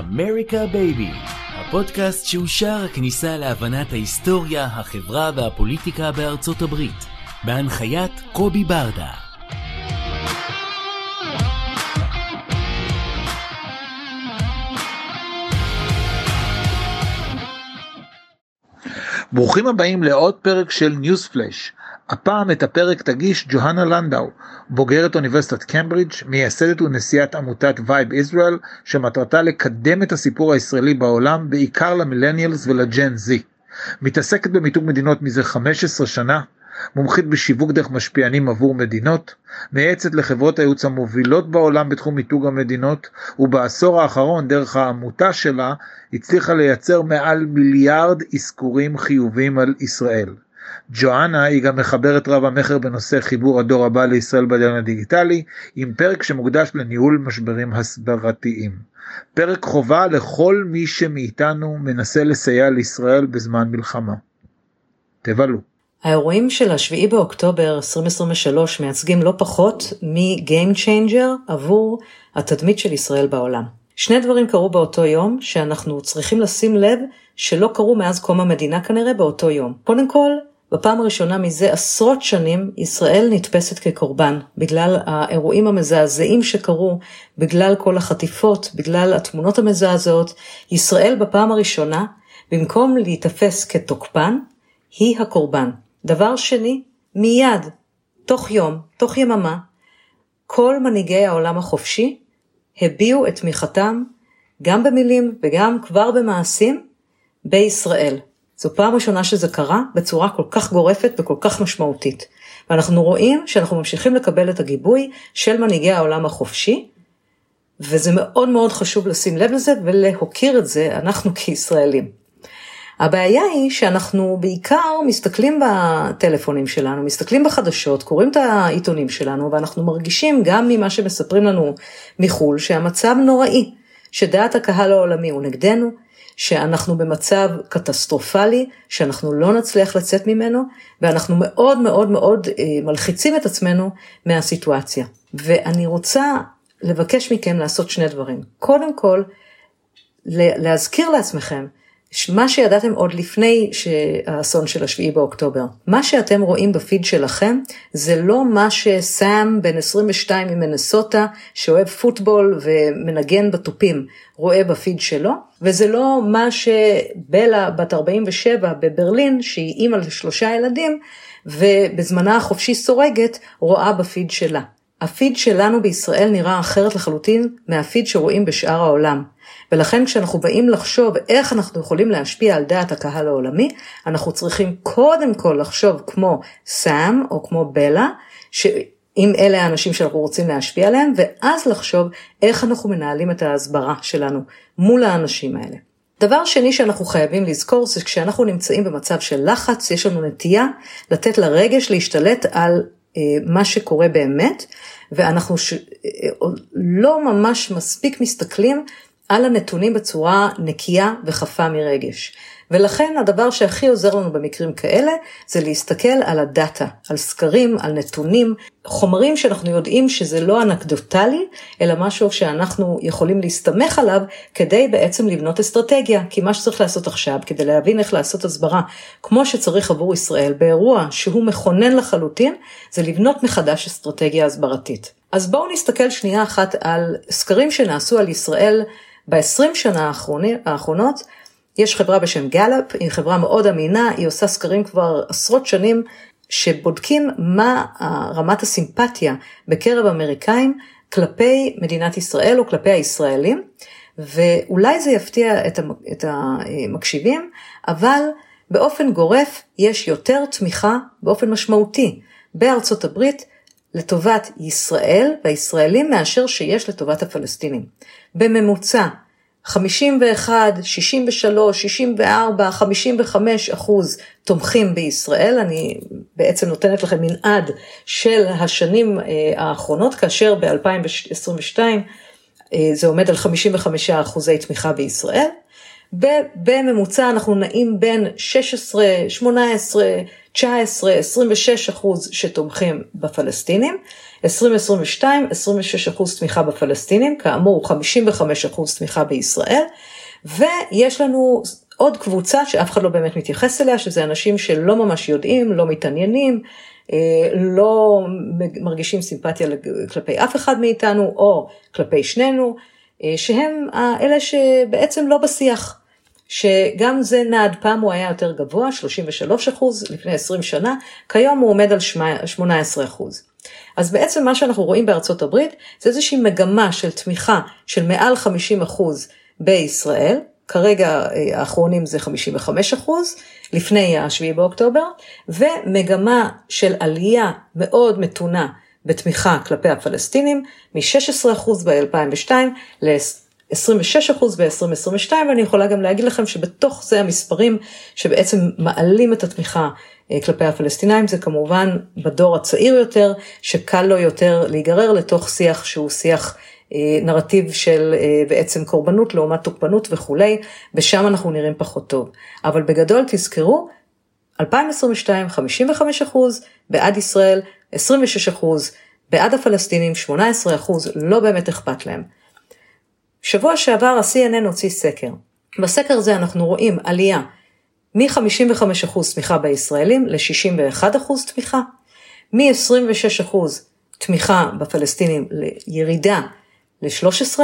אמריקה בייבי, הפודקאסט שאושר הכניסה להבנת ההיסטוריה, החברה והפוליטיקה בארצות הברית, בהנחיית קובי ברדה. ברוכים הבאים לעוד פרק של ניוז פלאש. הפעם את הפרק תגיש ג'והנה לנדאו, בוגרת אוניברסיטת קמברידג', מייסדת ונשיאת עמותת וייב ישראל, שמטרתה לקדם את הסיפור הישראלי בעולם, בעיקר למילניאלס ולג'ן זי. מתעסקת במיתוג מדינות מזה 15 שנה, מומחית בשיווק דרך משפיענים עבור מדינות, מייעצת לחברות הייעוץ המובילות בעולם בתחום מיתוג המדינות, ובעשור האחרון דרך העמותה שלה הצליחה לייצר מעל 1 מיליארד אזכורים חיוביים על ישראל. ג'ואנה היא גם מחברת רב המחר בנושא חיבור הדור הבא לישראל בעידן הדיגיטלי, עם פרק שמוקדש לניהול משברים הסברתיים. פרק חובה לכל מי שמאיתנו מנסה לסייע לישראל בזמן מלחמה. תבלו. האירועים של השביעי באוקטובר 2023 מייצגים לא פחות מ-game changer עבור התדמית של ישראל בעולם. שני דברים קרו באותו יום שאנחנו צריכים לשים לב שלא קרו מאז קום המדינה כנראה באותו יום. קודם כל, בפעם הראשונה מזה עשרות שנים ישראל נתפסת כקורבן, בגלל האירועים המזעזעים שקרו, בגלל כל החטיפות, בגלל התמונות המזעזעות. ישראל בפעם הראשונה, במקום להתאפס כתוקפן, היא הקורבן. דבר שני, מיד, תוך יום, תוך יממה, כל מנהיגי העולם החופשי הביעו את תמיכתם, גם במילים וגם כבר במעשים, בישראל. זו פעם ראשונה שזה קרה בצורה כל כך גורפת וכל כך משמעותית. ואנחנו רואים שאנחנו ממשיכים לקבל את הגיבוי של מנהיגי העולם החופשי, וזה מאוד מאוד חשוב לשים לב לזה ולהוקיר את זה אנחנו כישראלים. הבעיה היא שאנחנו בעיקר מסתכלים בטלפונים שלנו, מסתכלים בחדשות, קוראים את העיתונים שלנו, ואנחנו מרגישים גם ממה שמספרים לנו מחול, שהמצב נוראי, שדעת הקהל העולמי הוא נגדנו, שאנחנו במצב קטסטרופלי, שאנחנו לא נצליח לצאת ממנו, ואנחנו מאוד מאוד מאוד מלחיצים את עצמנו מהסיטואציה. ואני רוצה לבקש מכם לעשות שני דברים. קודם כל, להזכיר לעצמכם, מה שידעתם עוד לפני האסון של השביעי באוקטובר. מה שאתם רואים בפיד שלכם, זה לא מה שסאם בן 22 ממנסוטה, שאוהב פוטבול ומנגן בטופים, רואה בפיד שלו, וזה לא מה שבלה בת 47 בברלין, שהיא אימא ל3 ילדים, ובזמנה החופשי סורגת, רואה בפיד שלה. הפיד שלנו בישראל נראה אחרת לחלוטין מהפיד שרואים בשאר העולם. ולכן כשאנחנו באים לחשוב איך אנחנו יכולים להשפיע על דעת הקהל העולמי, אנחנו צריכים קודם כל לחשוב כמו סאם או כמו בלה, אם אלה האנשים שאנחנו רוצים להשפיע עליהם, ואז לחשוב איך אנחנו מנהלים את ההסברה שלנו מול האנשים האלה. דבר שני שאנחנו חייבים לזכור, זה כשאנחנו נמצאים במצב של לחץ, יש לנו נטייה לתת לרגש להשתלט על מה שקורה באמת, ואנחנו לא ממש מספיק מסתכלים על הנתונים בצורה נקייה וחפה מרגש. ולכן הדבר שהכי עוזר לנו במקרים כאלה, זה להסתכל על הדאטה, על סקרים, על נתונים, חומרים שאנחנו יודעים שזה לא אנקדוטלי, אלא משהו שאנחנו יכולים להסתמך עליו, כדי בעצם לבנות אסטרטגיה, כי מה שצריך לעשות עכשיו, כדי להבין איך לעשות הסברה, כמו שצריך עבור ישראל, באירוע שהוא מכונן לחלוטין, זה לבנות מחדש אסטרטגיה הסברתית. אז בואו נסתכל שנייה אחת על סקרים שנעשו על ישראל, ב-20 שנה האחרונות, יש חברה בשם גלאפ, היא חברה מאוד אמינה, היא עושה סקרים כבר עשרות שנים, שבודקים מה רמת הסימפתיה בקרב אמריקאים, כלפי מדינת ישראל או כלפי הישראלים, ואולי זה יפתיע את המקשיבים, אבל באופן גורף יש יותר תמיכה באופן משמעותי בארצות הברית, לטובת ישראל והישראלים מאשר שיש לטובת הפלסטינים. בממוצע 51, 63, 64, 55% תומכים בישראל. אני בעצם נותנת לכם מנעד של השנים האחרונות, כאשר ב-2022 זה עומד על 55% תמיכה בישראל. בממוצע אנחנו נעים בין 16, 18, 19, 26% שתומכים בפלסטינים, 2022, 26% תמיכה בפלסטינים, כאמור 55% תמיכה בישראל, ויש לנו עוד קבוצה שאף אחד לא באמת מתייחס אליה, שזה אנשים שלא ממש יודעים, לא מתעניינים, לא מרגישים סימפתיה כלפי אף אחד מאיתנו, או כלפי שנינו, שהם אלה שבעצם לא בשיח, שגם זה נעד, פעם הוא היה יותר גבוה, 33% לפני 20 שנה, כיום הוא עומד על 18%. אז בעצם מה שאנחנו רואים בארצות הברית, זה איזושהי מגמה של תמיכה של מעל 50% בישראל, כרגע האחרונים זה 55%, לפני ה-7 באוקטובר, ומגמה של עלייה מאוד מתונה בתמיכה כלפי הפלסטינים, מ-16% ב-2002 ל-26% ב-2022, ואני יכולה גם להגיד לכם שבתוך זה המספרים שבעצם מעלים את התמיכה כלפי הפלסטינאים, זה כמובן בדור הצעיר יותר, שקל לו יותר להיגרר לתוך שיח שהוא שיח נרטיב של בעצם קורבנות לעומת תוקפנות וכולי, ושם אנחנו נראים פחות טוב. אבל בגדול תזכרו, 2022 55% בעד ישראל, 26% בעד הפלסטינים, 18% לא באמת אכפת להם. שבוע שעבר ה-CNN הוציא סקר. בסקר הזה אנחנו רואים עלייה מ-55% תמיכה בישראלים ל-61% תמיכה, מ-26% תמיכה בפלסטינים לירידה ל-13%,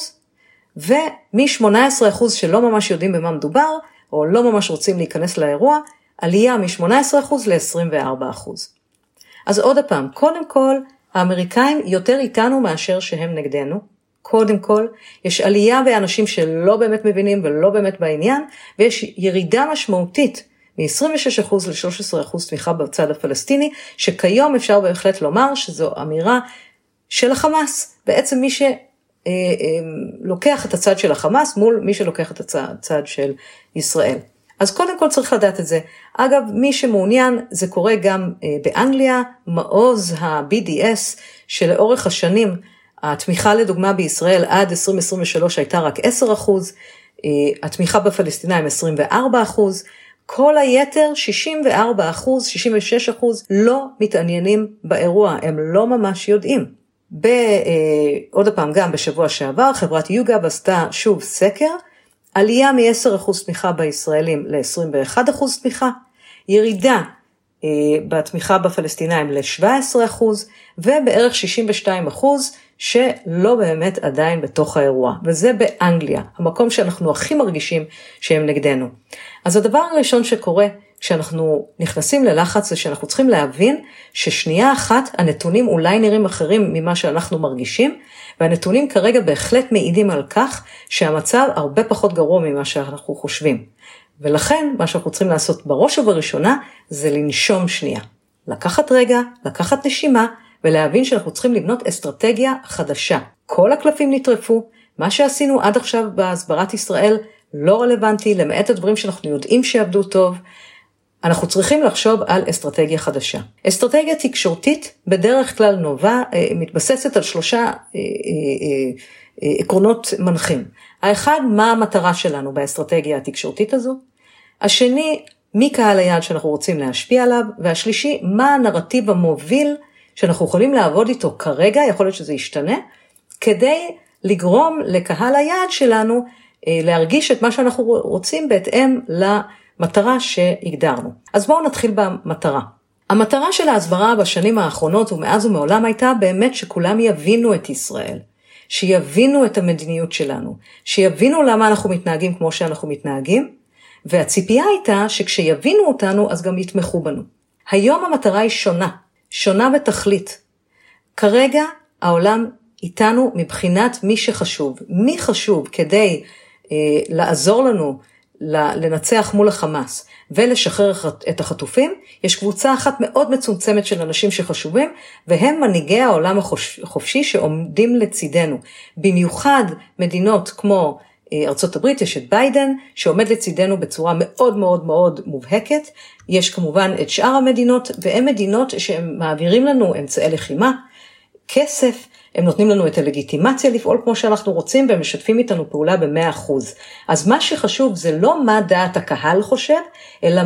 ומ-18% שלא ממש יודעים במה מדובר, או לא ממש רוצים להיכנס לאירוע, עלייה מ-18% ל-24%. אז עוד הפעם, קודם כל, האמריקאים יותר איתנו מאשר שהם נגדנו, קודם כל, יש עלייה באנשים שלא באמת מבינים ולא באמת בעניין, ויש ירידה משמעותית מ-26% ל-13% תמיכה בצד הפלסטיני, שכיום אפשר בהחלט לומר שזו אמירה של החמאס, בעצם מי שלוקח את הצד של החמאס מול מי שלוקח את הצד של ישראל. אז קודם כל צריך לדעת את זה. אגב, מי שמעוניין, זה קורה גם באנגליה, מעוז ה-BDS, שלאורך השנים, התמיכה לדוגמה בישראל עד 2023 הייתה רק 10%, התמיכה בפלסטינאים 24%, כל היתר 64%, 66% לא מתעניינים באירוע, הם לא ממש יודעים. עוד פעם, גם בשבוע שעבר, חברת יוגב עשתה שוב סקר, עלייה מ-10% תמיכה בישראלים ל-21% תמיכה, ירידה בתמיכה בפלסטינאים ל-17%, ובערך 62% שלא באמת עדיין בתוך האירוע, וזה באנגליה, המקום שאנחנו הכי מרגישים שהם נגדנו. אז הדבר הראשון שקורה כשאנחנו נכנסים ללחץ, זה שאנחנו צריכים להבין ששנייה אחת הנתונים אולי נראים אחרים ממה שאנחנו מרגישים, והנתונים כרגע בהחלט מעידים על כך שהמצב הרבה פחות גרוע ממה שאנחנו חושבים. ולכן מה שאנחנו צריכים לעשות בראש ובראשונה זה לנשום שנייה. לקחת רגע, לקחת נשימה, ולהבין שאנחנו צריכים לבנות אסטרטגיה חדשה. כל הקלפים נטרפו, מה שעשינו עד עכשיו בהסברת ישראל לא רלוונטי, למעט הדברים שאנחנו יודעים שעבדו טוב, אנחנו צריכים לחשוב על אסטרטגיה חדשה. אסטרטגיה תקשורתית בדרך כלל מתבססת על 3 עקרונות מנחים. האחד, מה המטרה שלנו באסטרטגיה התקשורתית הזו? השני, מי קהל היעד שאנחנו רוצים להשפיע עליו? והשלישי, מה הנרטיב המוביל שאנחנו יכולים לעבוד איתו כרגע, יכול להיות שזה ישתנה, כדי לגרום לקהל היעד שלנו להרגיש את מה שאנחנו רוצים בהתאם למטרה שהגדרנו. אז בואו נתחיל במטרה. המטרה של ההסברה בשנים האחרונות ומאז ומעולם הייתה באמת שכולם יבינו את ישראל, שיבינו את המדיניות שלנו, שיבינו למה אנחנו מתנהגים כמו שאנחנו מתנהגים, והציפייה הייתה שכשיבינו אותנו אז גם יתמכו בנו. היום המטרה היא שונה בתכלית. כרגע העולם איתנו מבחינת מי שחשוב. מי חשוב כדי לעזור לנו לנצח מול החמאס ולשחרר את החטופים? יש קבוצה אחת מאוד מצומצמת של אנשים שחשובים, והם מנהיגי העולם החופשי שעומדים לצידנו. במיוחד מדינות כמו ארצות הברית, יש את ביידן שעומד לצידנו בצורה מאוד מאוד מאוד מובהקת. יש כמובן את שאר המדינות, והן מדינות שהם מעבירים לנו אמצעי לחימה, כסף, הם נותנים לנו את הלגיטימציה לפעול כמו שאנחנו רוצים, והם משתפים איתנו פעולה ב100%. אז מה שחשוב זה לא מה דעת הקהל חושב, אלא מה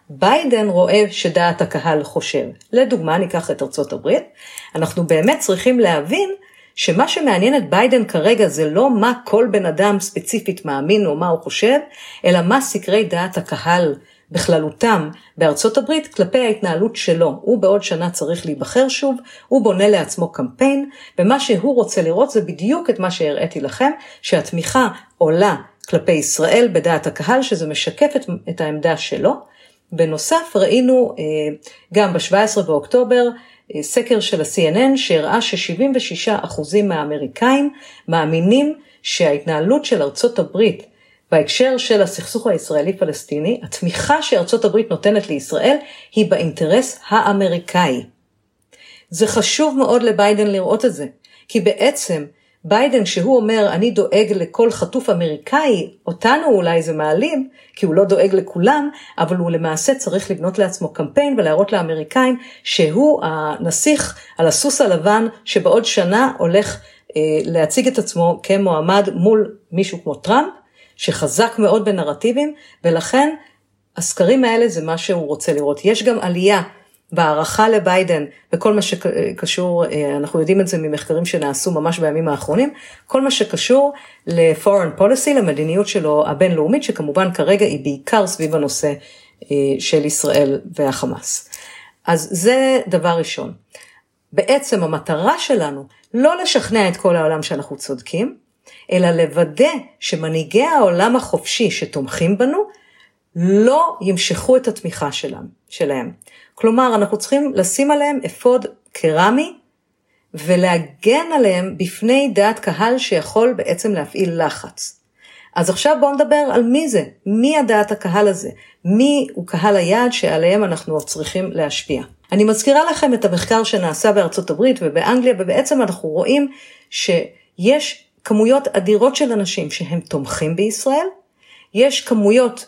ביידן רואה שדעת הקהל חושב. לדוגמה, ניקח את ארצות הברית, אנחנו באמת צריכים להבין שמה שמעניין את ביידן כרגע זה לא מה כל בן אדם ספציפית מאמין או מה הוא חושב, אלא מה סקרי דעת הקהל בכללותם בארצות הברית כלפי ההתנהלות שלו. הוא בעוד שנה צריך להיבחר שוב, הוא בונה לעצמו קמפיין, ומה שהוא רוצה לראות זה בדיוק את מה שהראיתי לכם, שהתמיכה עולה כלפי ישראל בדעת הקהל, שזה משקף את העמדה שלו. בנוסף ראינו גם ב-17 באוקטובר, סקר של ה-CNN שהראה ש76% מהאמריקאים מאמינים שההתנהלות של ארצות הברית בהקשר של הסכסוך הישראלי-פלסטיני, התמיכה שארצות הברית נותנת לישראל היא באינטרס האמריקאי. זה חשוב מאוד לביידן לראות את זה, כי בעצם ביידן שהוא אומר אני דואג לכל חטוף אמריקאי, אותנו אולי זה מעלים, כי הוא לא דואג לכולם, אבל הוא למעשה צריך לבנות לעצמו קמפיין ולהראות לאמריקאים שהוא הנסיך על הסוס הלבן שבעוד שנה הולך להציג את עצמו כמועמד מול מישהו כמו טראמפ, שחזק מאוד בנרטיבים, ולכן הסקרים האלה זה מה שהוא רוצה לראות. יש גם עלייה בערכה לביידן, בכל מה שקשור, אנחנו יודעים את זה ממחקרים שנעשו ממש בימים האחרונים, כל מה שקשור ל-foreign policy, למדיניות שלו הבינלאומית, שכמובן כרגע היא בעיקר סביב הנושא של ישראל והחמאס. אז זה דבר ראשון. בעצם המטרה שלנו לא לשכנע את כל העולם שאנחנו צודקים, אלא לוודא שמנהיגי העולם החופשי שתומכים בנו, לא ימשכו את התמיכה שלהם. כלומר, אנחנו צריכים לשים עליהם אפוד קרמי, ולהגן עליהם בפני דעת קהל שיכול בעצם להפעיל לחץ. אז עכשיו בואו נדבר על מי זה, מי הדעת הקהל הזה, מי הוא קהל היעד שעליהם אנחנו צריכים להשפיע. אני מזכירה לכם את המחקר שנעשה בארצות הברית ובאנגליה, ובעצם אנחנו רואים שיש כמויות אדירות של אנשים שהם תומכים בישראל, יש כמויות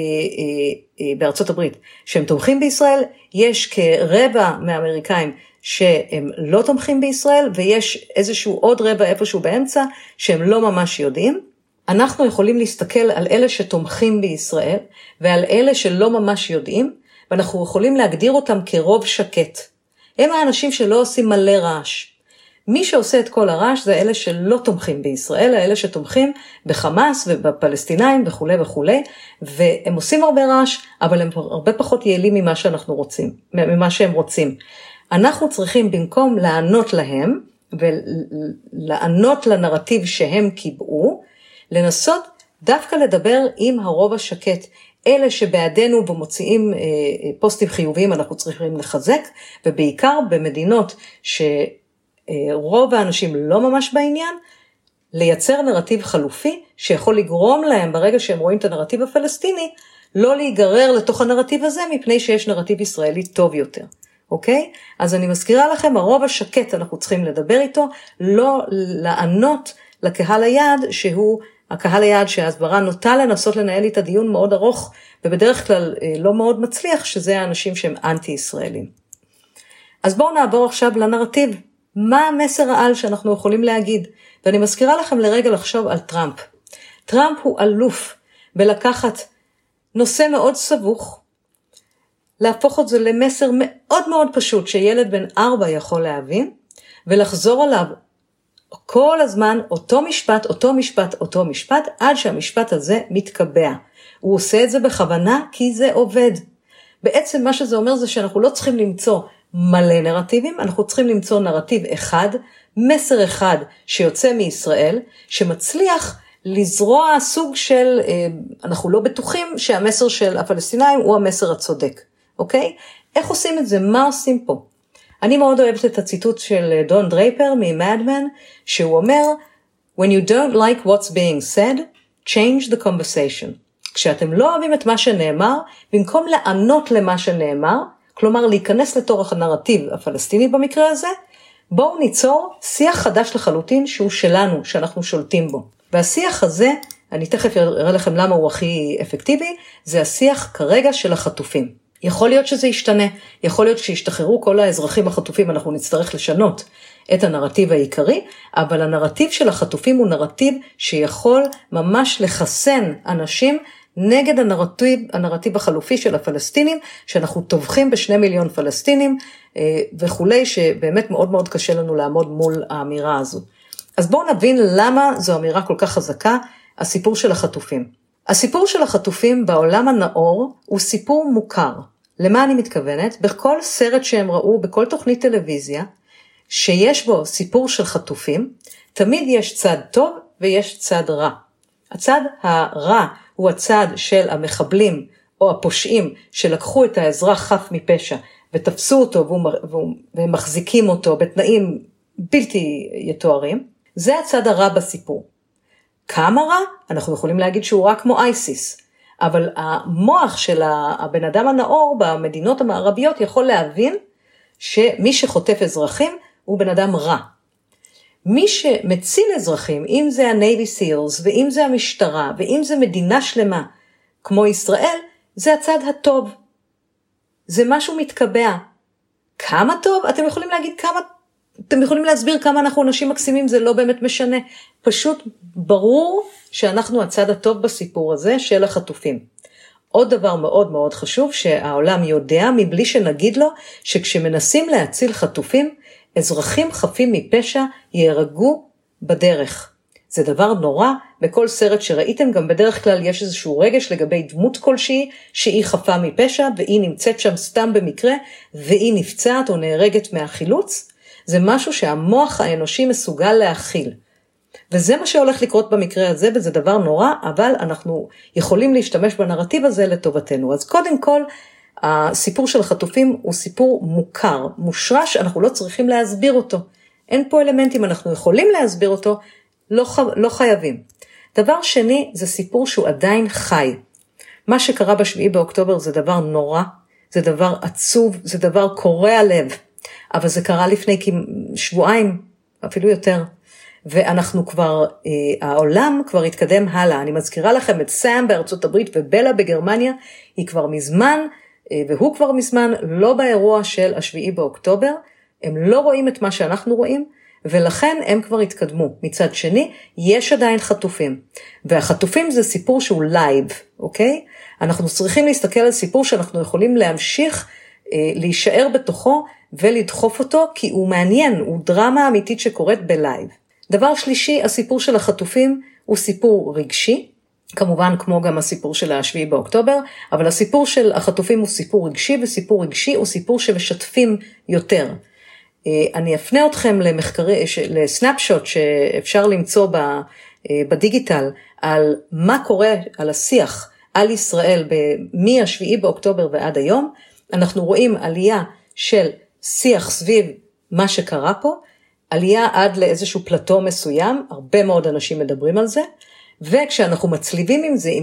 בארצות הברית שהם תומכים בישראל, יש כרבע מהאמריקאים שהם לא תומכים בישראל, ויש איזשהו עוד רבע איפשהו באמצע שהם לא ממש יודעים. אנחנו יכולים להסתכל על אלה שתומכים בישראל, ועל אלה שלא ממש יודעים, ואנחנו יכולים להגדיר אותם כרוב שקט. הם האנשים שלא עושים מלא רעש. מי שעושה את כל הרעש זה אלה שלא תומכים בישראל, אלה שתומכים בחמאס ובפלסטינאים וכו' וכו', והם עושים הרבה רעש, אבל הם הרבה פחות יעילים ממה שהם רוצים. אנחנו צריכים במקום לענות להם, ולענות לנרטיב שהם קיבעו, לנסות דווקא לדבר עם הרוב השקט, אלה שבעדנו ומוציאים פוסטים חיוביים אנחנו צריכים לחזק, ובעיקר במדינות רוב האנשים לא ממש בעניין, לייצר נרטיב חלופי, שיכול לגרום להם ברגע שהם רואים את הנרטיב הפלסטיני, לא להיגרר לתוך הנרטיב הזה, מפני שיש נרטיב ישראלי טוב יותר. אוקיי? אז אני מזכירה לכם, הרוב השקט אנחנו צריכים לדבר איתו, לא לענות לקהל היעד, שהוא הקהל היעד שההסברה נוטה לנסות לנהל את הדיון מאוד ארוך, ובדרך כלל לא מאוד מצליח, שזה האנשים שהם אנטי-ישראלים. אז בואו נעבור עכשיו לנרטיב. מה המסר העל שאנחנו יכולים להגיד? ואני מזכירה לכם לרגע לחשוב על טראמפ. טראמפ הוא אלוף בלקחת נושא מאוד סבוך, להפוך את זה למסר מאוד מאוד פשוט, שילד בן 4 יכול להבין, ולחזור עליו כל הזמן אותו משפט, אותו משפט, אותו משפט, עד שהמשפט הזה מתקבע. הוא עושה את זה בכוונה כי זה עובד. בעצם מה שזה אומר זה שאנחנו לא צריכים למצוא מלא נרטיבים, אנחנו צריכים למצוא נרטיב אחד, מסר אחד שיוצא מישראל, שמצליח לזרוע סוג של, אנחנו לא בטוחים שהמסר של הפלסטינאים הוא המסר הצודק, אוקיי? איך עושים את זה? מה עושים פה? אני מאוד אוהבת את הציטוט של דון דרייפר מ-Mad Men, שהוא אומר, When you don't like what's being said, change the conversation. כשאתם לא אוהבים את מה שנאמר, במקום לענות למה שנאמר, כלומר להיכנס לתוך הנרטיב הפלסטיני במקרה הזה, בואו ניצור שיח חדש לחלוטין שהוא שלנו, שאנחנו שולטים בו. והשיח הזה, אני תכף אראה לכם למה הוא הכי אפקטיבי, זה השיח כרגע של החטופים. יכול להיות שזה ישתנה, יכול להיות שישתחררו כל האזרחים החטופים, אנחנו נצטרך לשנות את הנרטיב העיקרי, אבל הנרטיב של החטופים הוא נרטיב שיכול ממש לחסן אנשים נגד הנרטיב החלופי של הפלסטינים, שאנחנו טובחים ב2 מיליון פלסטינים וכולי, שבאמת מאוד מאוד קשה לנו לעמוד מול האמירה הזו. אז בואו נבין למה זו אמירה כל כך חזקה, הסיפור של החטופים. הסיפור של החטופים בעולם הנאור הוא סיפור מוכר. למה אני מתכוונת? בכל סרט שהם ראו, בכל תוכנית טלוויזיה, שיש בו סיפור של חטופים, תמיד יש צד טוב ויש צד רע. הצד הרע הוא הצד של המחבלים או הפושעים שלקחו את האזרח חף מפשע ותפסו אותו והם מחזיקים אותו בתנאים בלתי יתוארים. זה הצד הרע בסיפור. כמה רע? אנחנו יכולים להגיד שהוא רק כמו אייסיס. אבל המוח של הבן אדם הנאור במדינות המערביות יכול להבין שמי שחוטף אזרחים הוא בן אדם רע. מי שמציל אזרחים, אם זה הנייבי סילס, ואם זה המשטרה, ואם זה מדינה שלמה, כמו ישראל, זה הצד הטוב. זה משהו מתקבע. כמה טוב? אתם יכולים להגיד אתם יכולים להסביר כמה אנחנו אנשים מקסימים, זה לא באמת משנה. פשוט ברור שאנחנו הצד הטוב בסיפור הזה של החטופים. עוד דבר מאוד מאוד חשוב שהעולם יודע, מבלי שנגיד לו, שכשמנסים להציל חטופים, אזרחים חפים מפשע יהרגו בדרך. זה דבר נורא, בכל סרט שראיתם גם בדרך כלל יש איזשהו רגש לגבי דמות כלשהי שהיא חפה מפשע והיא נמצאת שם סתם במקרה והיא נפצעת או נהרגת מהחילוץ. זה משהו שהמוח האנושי מסוגל להכיל. וזה מה שהולך לקרות במקרה הזה, וזה דבר נורא, אבל אנחנו יכולים להשתמש בנרטיב הזה לטובתנו. אז קודם כל, הסיפור של החטופים הוא סיפור מוכר, מושרש, אנחנו לא צריכים להסביר אותו. אין פה אלמנטים, אנחנו יכולים להסביר אותו, לא חייבים. דבר שני, זה סיפור שהוא עדיין חי. מה שקרה ב7 באוקטובר זה דבר נורא, זה דבר עצוב, זה דבר קורע לב. אבל זה קרה לפני שבועיים, אפילו יותר. ואנחנו כבר, העולם כבר התקדם הלאה. אני מזכירה לכם את סאם בארצות הברית ובלה בגרמניה, היא כבר מזמן, והוא כבר מזמן, לא באירוע של 7 באוקטובר, הם לא רואים את מה שאנחנו רואים, ולכן הם כבר התקדמו. מצד שני, יש עדיין חטופים. והחטופים זה סיפור שהוא לייב, אוקיי? אנחנו צריכים להסתכל על סיפור שאנחנו יכולים להמשיך, להישאר בתוכו ולדחוף אותו, כי הוא מעניין, הוא דרמה אמיתית שקורית בלייב. דבר שלישי, הסיפור של החטופים הוא סיפור רגשי, כמובן כמו גם הסיפור של 7 באוקטובר, אבל הסיפור של החטופים הוא סיפור רגשי, וסיפור רגשי הוא סיפור שמשתפים יותר. אני אפנה אתכם לסנאפשוט שאפשר למצוא בדיגיטל, על מה קורה, על השיח על ישראל מ7 באוקטובר ועד היום. אנחנו רואים עלייה של שיח סביב מה שקרה פה, עלייה עד לאיזשהו פלטו מסוים, הרבה מאוד אנשים מדברים על זה, וכשאנחנו מצליבים עם זה,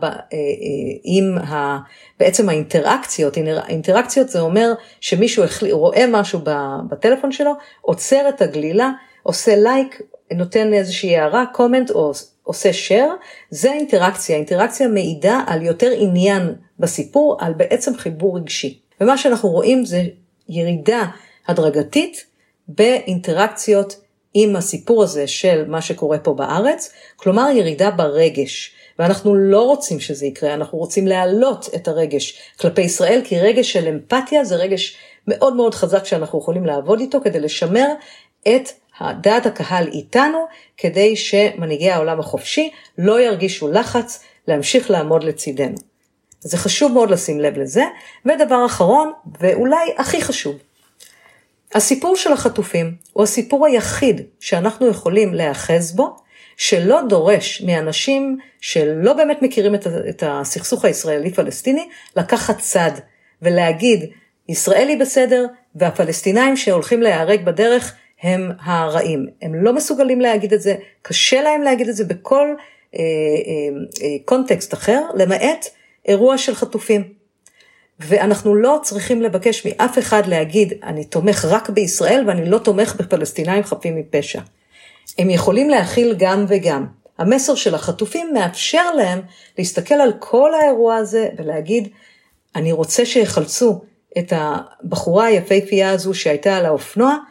בעצם האינטראקציות, האינטראקציות זה אומר שמישהו רואה משהו בטלפון שלו, עוצר את הגלילה, עושה לייק, נותן איזושהי הערה, קומנט או עושה share, זה האינטראקציה. האינטראקציה מעידה על יותר עניין בסיפור, על בעצם חיבור רגשי. ומה שאנחנו רואים זה ירידה הדרגתית באינטראקציות עם הסיפור הזה של מה שקורה פה בארץ, כלומר ירידה ברגש. ואנחנו לא רוצים שזה יקרה, אנחנו רוצים להעלות את הרגש כלפי ישראל, כי רגש של אמפתיה זה רגש מאוד מאוד חזק שאנחנו יכולים לעבוד איתו, כדי לשמר את דעת הקהל איתנו, כדי שמנהיגי העולם החופשי לא ירגישו לחץ להמשיך לעמוד לצידנו. זה חשוב מאוד לשים לב לזה. ודבר אחרון, ואולי הכי חשוב, הסיפור של החטופים הוא הסיפור היחיד שאנחנו יכולים להאחז בו, שלא דורש מאנשים שלא באמת מכירים את הסכסוך הישראלי-פלסטיני, לקחת צד ולהגיד, ישראל היא בסדר, והפלסטינאים שהולכים להיהרג בדרך הם הרעים. הם לא מסוגלים להגיד את זה, קשה להם להגיד את זה בכל קונטקסט אחר, למעט אירוע של חטופים. ואנחנו לא צריכים לבקש מאף אחד להגיד, אני תומך רק בישראל ואני לא תומך בפלסטינאים חפים מפשע. הם יכולים להכיל גם וגם. המסר של החטופים מאפשר להם להסתכל על כל האירוע הזה ולהגיד, אני רוצה שיחלצו את הבחורה היפהפייה הזו שהייתה על האופנוע,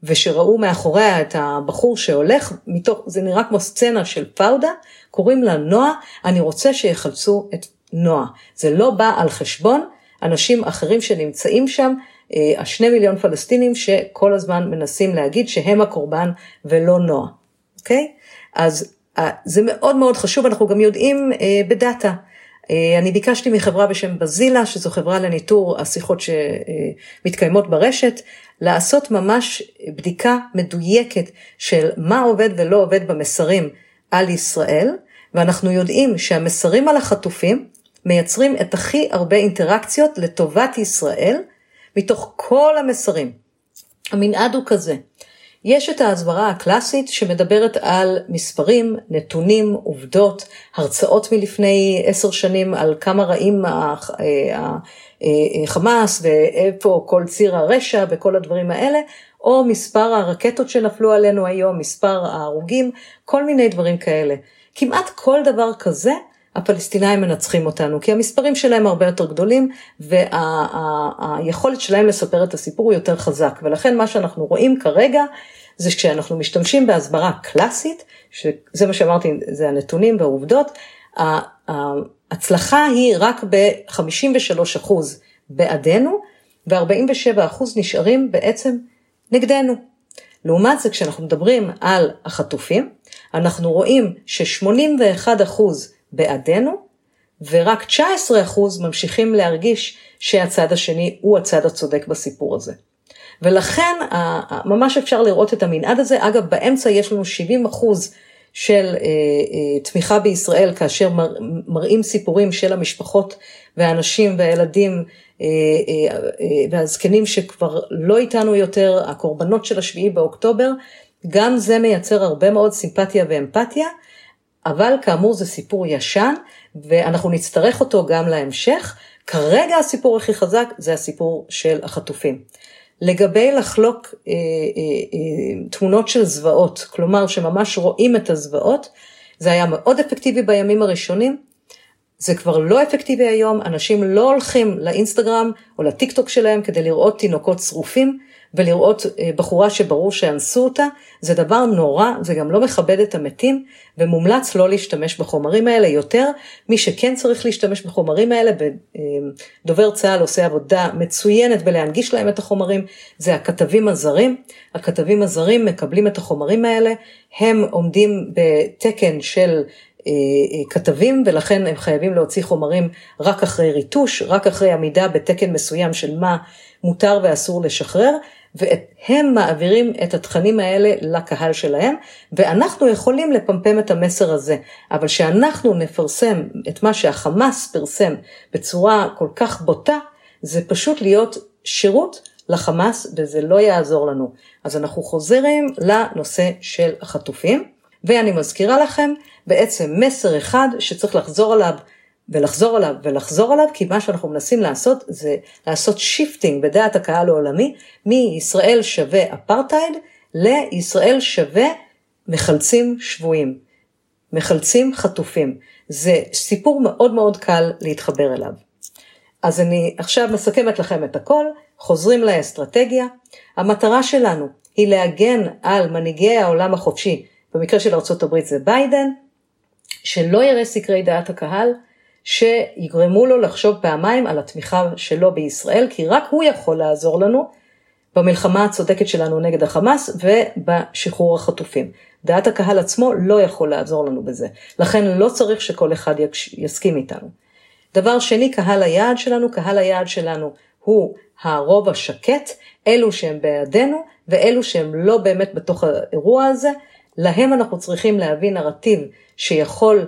ושראו מאחוריה את הבחור שהולך, זה נראה כמו סצנה של פאודה, קוראים לה נועה, אני רוצה שיחלצו את נועה. זה לא בא על חשבון אנשים אחרים שנמצאים שם, 2 מיליון פלסטינים שכל הזמן מנסים להגיד שהם הקורבן ולא נועה. אוקיי? אז זה מאוד מאוד חשוב, אנחנו גם יודעים בדאטה. אני ביקשתי מחברה בשם בזילה, שזו חברה לניטור השיחות שמתקיימות ברשת, לעשות ממש בדיקה מדויקת של מה עובד ולא עובד במסרים על ישראל, ואנחנו יודעים שהמסרים על החטופים מייצרים את הכי הרבה אינטראקציות לטובת ישראל, מתוך כל המסרים. המנעד הוא כזה. יש את ההסברה הקלאסית שמדברת על מספרים, נתונים, עובדות, הרצאות מלפני 10 שנים על כמה רעים חמאס ואיפה כל ציר הרשע וכל הדברים האלה, או מספר הרקטות שנפלו עלינו היום, מספר ההרוגים, כל מיני דברים כאלה. כמעט כל דבר כזה הפלסטינאים מנצחים אותנו, כי המספרים שלהם הרבה יותר גדולים, והיכולת שלהם לספר את הסיפור הוא יותר חזק, ולכן מה שאנחנו רואים כרגע, זה כשאנחנו משתמשים בהסברה קלאסית, שזה מה שאמרתי, זה הנתונים והעובדות, ההצלחה היא רק ב-53% בעדנו, ו-47% נשארים בעצם נגדנו. לעומת זה, כשאנחנו מדברים על החטופים, אנחנו רואים ש81% בעדנו, ורק 19% ממשיכים להרגיש שהצד השני הוא הצד הצודק בסיפור הזה. ולכן ממש אפשר לראות את המנעד הזה. אגב, באמצע יש לנו 70% של תמיכה בישראל, כאשר מראים סיפורים של המשפחות והאנשים והילדים והזקנים שכבר לא איתנו יותר, הקורבנות של 7 באוקטובר, גם זה מייצר הרבה מאוד סימפתיה ואמפתיה, אבל כאמור זה סיפור ישן, ואנחנו נצטרך אותו גם להמשך. כרגע הסיפור הכי חזק זה הסיפור של החטופים. לגבי לחלוק תמונות של זוועות, כלומר שממש רואים את הזוועות, זה היה מאוד אפקטיבי בימים הראשונים, זה כבר לא אפקטיבי היום, אנשים לא הולכים לאינסטגרם או לטיקטוק שלהם כדי לראות תינוקות שרופים, ולראות בחורה שברור שאנסו אותה, זה דבר נורא, זה גם לא מכבד את המתים, ומומלץ לא להשתמש בחומרים האלה יותר. מי שכן צריך להשתמש בחומרים האלה, דובר צה"ל עושה עבודה מצוינת בלהנגיש להם את החומרים, זה הכתבים הזרים. הכתבים הזרים מקבלים את החומרים האלה, הם עומדים בתקן של כתבים, ולכן הם חייבים להוציא חומרים רק אחרי ריטוש, רק אחרי עמידה בתקן מסוים של מה מותר ואסור לשחרר, והם מעבירים את התכנים האלה לקהל שלהם, ואנחנו יכולים לפמפם את המסר הזה, אבל שאנחנו נפרסם את מה שהחמאס פרסם בצורה כל כך בוטה, זה פשוט להיות שירות לחמאס, וזה לא יעזור לנו. אז אנחנו חוזרים לנושא של החטופים, ואני מזכירה לכם בעצם מסר אחד שצריך לחזור עליו, ולחזור עליו ולחזור עליו, כי מה שאנחנו מנסים לעשות זה לעשות שיפטינג בדעת הקהל העולמי, מישראל שווה אפרטייד, לישראל שווה מחלצים שבויים, מחלצים חטופים. זה סיפור מאוד מאוד קל להתחבר אליו. אז אני עכשיו מסכמת לכם את הכל, חוזרים לאסטרטגיה. המטרה שלנו היא להגן על מנהיגי העולם החופשי, במקרה של ארצות הברית זה ביידן, שלא יראה סקרי דעת הקהל, שיגרמו לו לחשוב פעמיים על התמיכה שלו בישראל, כי רק הוא יכול לעזור לנו במלחמה הצודקת שלנו נגד החמאס ובשחרור החטופים. דעת הקהל עצמו לא יכול לעזור לנו בזה, לכן לא צריך שכל אחד יסכים איתנו. דבר שני, קהל היעד שלנו הוא הרוב השקט, אלו שהם בעדנו ואלו שהם לא באמת בתוך האירוע הזה, להם אנחנו צריכים להביא נרטיב שיכול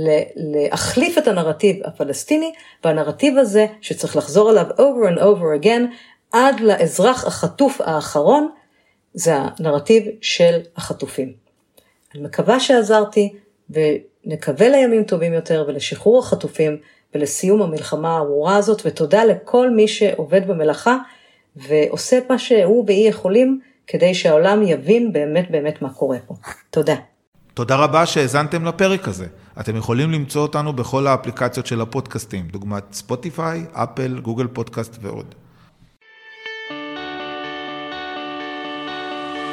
להחליף את הנרטיב הפלסטיני, והנרטיב הזה שצריך לחזור עליו over and over again, עד לאזרח החטוף האחרון, זה הנרטיב של החטופים. אני מקווה שעזרתי, ונקווה לימים טובים יותר, ולשחרור החטופים, ולסיום המלחמה הארורה הזאת, ותודה לכל מי שעובד במלאכה, ועושה מה שהוא והיא יכולים, כדי שהעולם יבין באמת באמת מה קורה פה. תודה. תודה רבה שהאזנתם לפרק הזה. אתם יכולים למצוא אותנו בכל האפליקציות של הפודקאסטים, דוגמת ספוטיפיי, אפל, גוגל פודקאסט ועוד.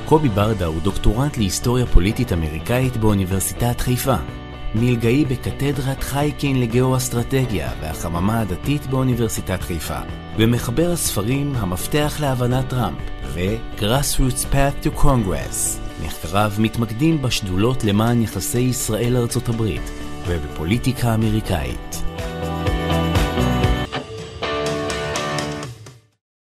קובי ברדה הוא דוקטורנט להיסטוריה פוליטית אמריקאית באוניברסיטת חיפה. מלגאי בקתדרת חייקין לגאו-אסטרטגיה והחממה הדתית באוניברסיטת חיפה. ומחבר הספרים המפתח להבנת טראמפ ו-Grassroots Path to Congress. מחקריו מתמקדים בשדולות למען יחסי ישראל ארצות הברית ובפוליטיקה אמריקאית.